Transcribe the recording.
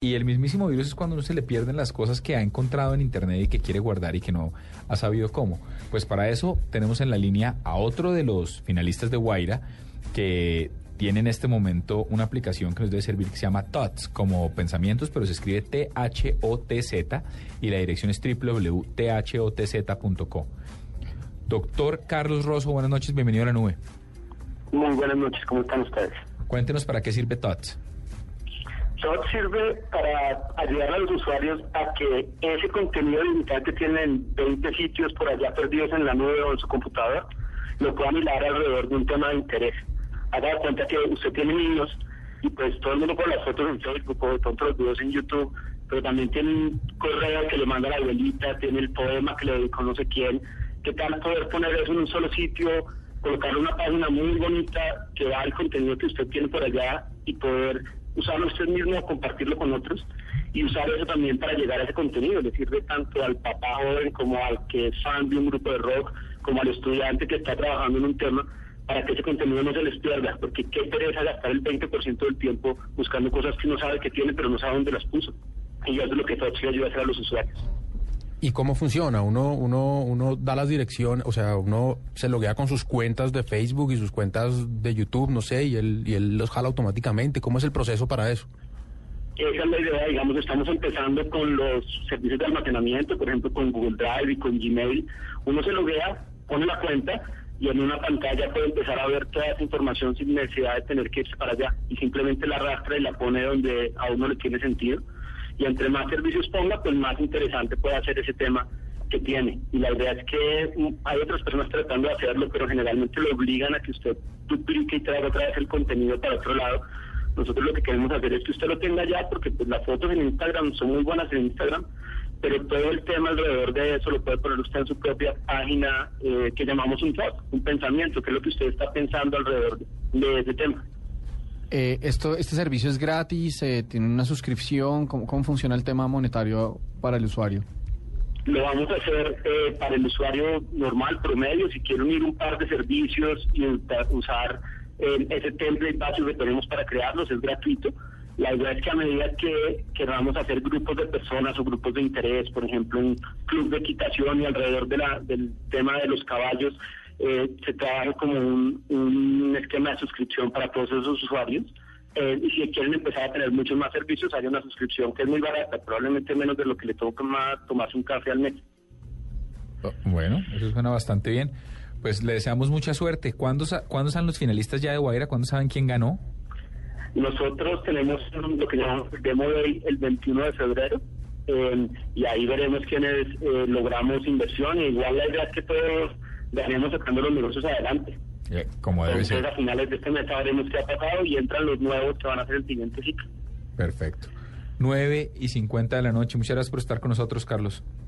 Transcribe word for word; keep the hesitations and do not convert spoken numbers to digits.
Y el mismísimo virus es cuando uno se le pierden las cosas que ha encontrado en internet y que quiere guardar y que no ha sabido cómo. Pues para eso tenemos en la línea a otro de los finalistas de Guaira que tiene en este momento una aplicación que nos debe servir que se llama Thoughts, como pensamientos, pero se escribe T H O T Z y la dirección es doble u doble u doble u punto t h o t z punto co. Doctor Carlos Rosso, buenas noches, bienvenido a la nube. Muy buenas noches, ¿cómo están ustedes? Cuéntenos para qué sirve Thoughts. Thoughts sirve para ayudar a los usuarios a que ese contenido digital que tienen veinte sitios por allá perdidos en la nube o en su computadora, lo puedan hilar alrededor de un tema de interés. Haga cuenta que usted tiene niños y pues todo el mundo por las fotos en Facebook o de pronto los videos en YouTube, pero también tiene un correo que le manda la abuelita, tiene el poema que le dedicó no sé quién. ¿Qué tal poder poner eso en un solo sitio, colocarle una página muy bonita que da el contenido que usted tiene por allá y poder usarlo usted mismo, compartirlo con otros y usar eso también para llegar a ese contenido? Le sirve tanto al papá joven como al que es fan de un grupo de rock, como al estudiante que está trabajando en un tema, para que ese contenido no se les pierda, porque qué pereza gastar el veinte por ciento del tiempo buscando cosas que uno sabe que tiene pero no sabe dónde las puso. Y eso es lo que Thoughts ayuda a hacer a los usuarios. ¿Y cómo funciona? Uno, uno, uno da las direcciones, o sea, uno se loguea con sus cuentas de Facebook y sus cuentas de YouTube, no sé, y él, y él los jala automáticamente. ¿Cómo es el proceso para eso? Esa es la idea, digamos, estamos empezando con los servicios de almacenamiento, por ejemplo, con Google Drive y con Gmail. Uno se loguea, pone la cuenta y en una pantalla puede empezar a ver toda esa información sin necesidad de tener que irse para allá. Y simplemente la arrastra y la pone donde a uno le tiene sentido. Y entre más servicios ponga, pues más interesante puede hacer ese tema que tiene. Y la idea es que hay otras personas tratando de hacerlo, pero generalmente lo obligan a que usted duplique y traiga otra vez el contenido para otro lado. Nosotros lo que queremos hacer es que usted lo tenga ya, porque pues las fotos en Instagram son muy buenas en Instagram, pero todo el tema alrededor de eso lo puede poner usted en su propia página, eh, que llamamos un thought, un pensamiento, que es lo que usted está pensando alrededor de, de ese tema. Eh, esto, este servicio es gratis, eh, tiene una suscripción. ¿Cómo, ¿Cómo funciona el tema monetario para el usuario? Lo vamos a hacer eh, para el usuario normal, promedio. Si quiere unir un par de servicios y usar eh, ese template básico que tenemos para crearlos, es gratuito. La idea es que a medida que queramos hacer grupos de personas o grupos de interés, por ejemplo, un club de equitación y alrededor de la, del tema de los caballos, Eh, se trabaja como un, un esquema de suscripción para todos esos usuarios, eh, y si quieren empezar a tener muchos más servicios, hay una suscripción que es muy barata, probablemente menos de lo que le toca más tomarse un café al mes. Bueno, eso suena bastante bien. Pues le deseamos mucha suerte. ¿Cuándo, ¿cuándo están los finalistas ya de Guaira? ¿Cuándo saben quién ganó? Nosotros tenemos lo que llamamos el Demo Day el veintiuno de febrero, eh, y ahí veremos quiénes eh, logramos inversión, y igual la idea es que todos daremos sacando los negocios adelante. Eh, como debe Entonces, ser. a finales de este mes sabremos qué ha pasado y entran los nuevos que van a hacer el siguiente ciclo. Perfecto. nueve y cincuenta de la noche. Muchas gracias por estar con nosotros, Carlos.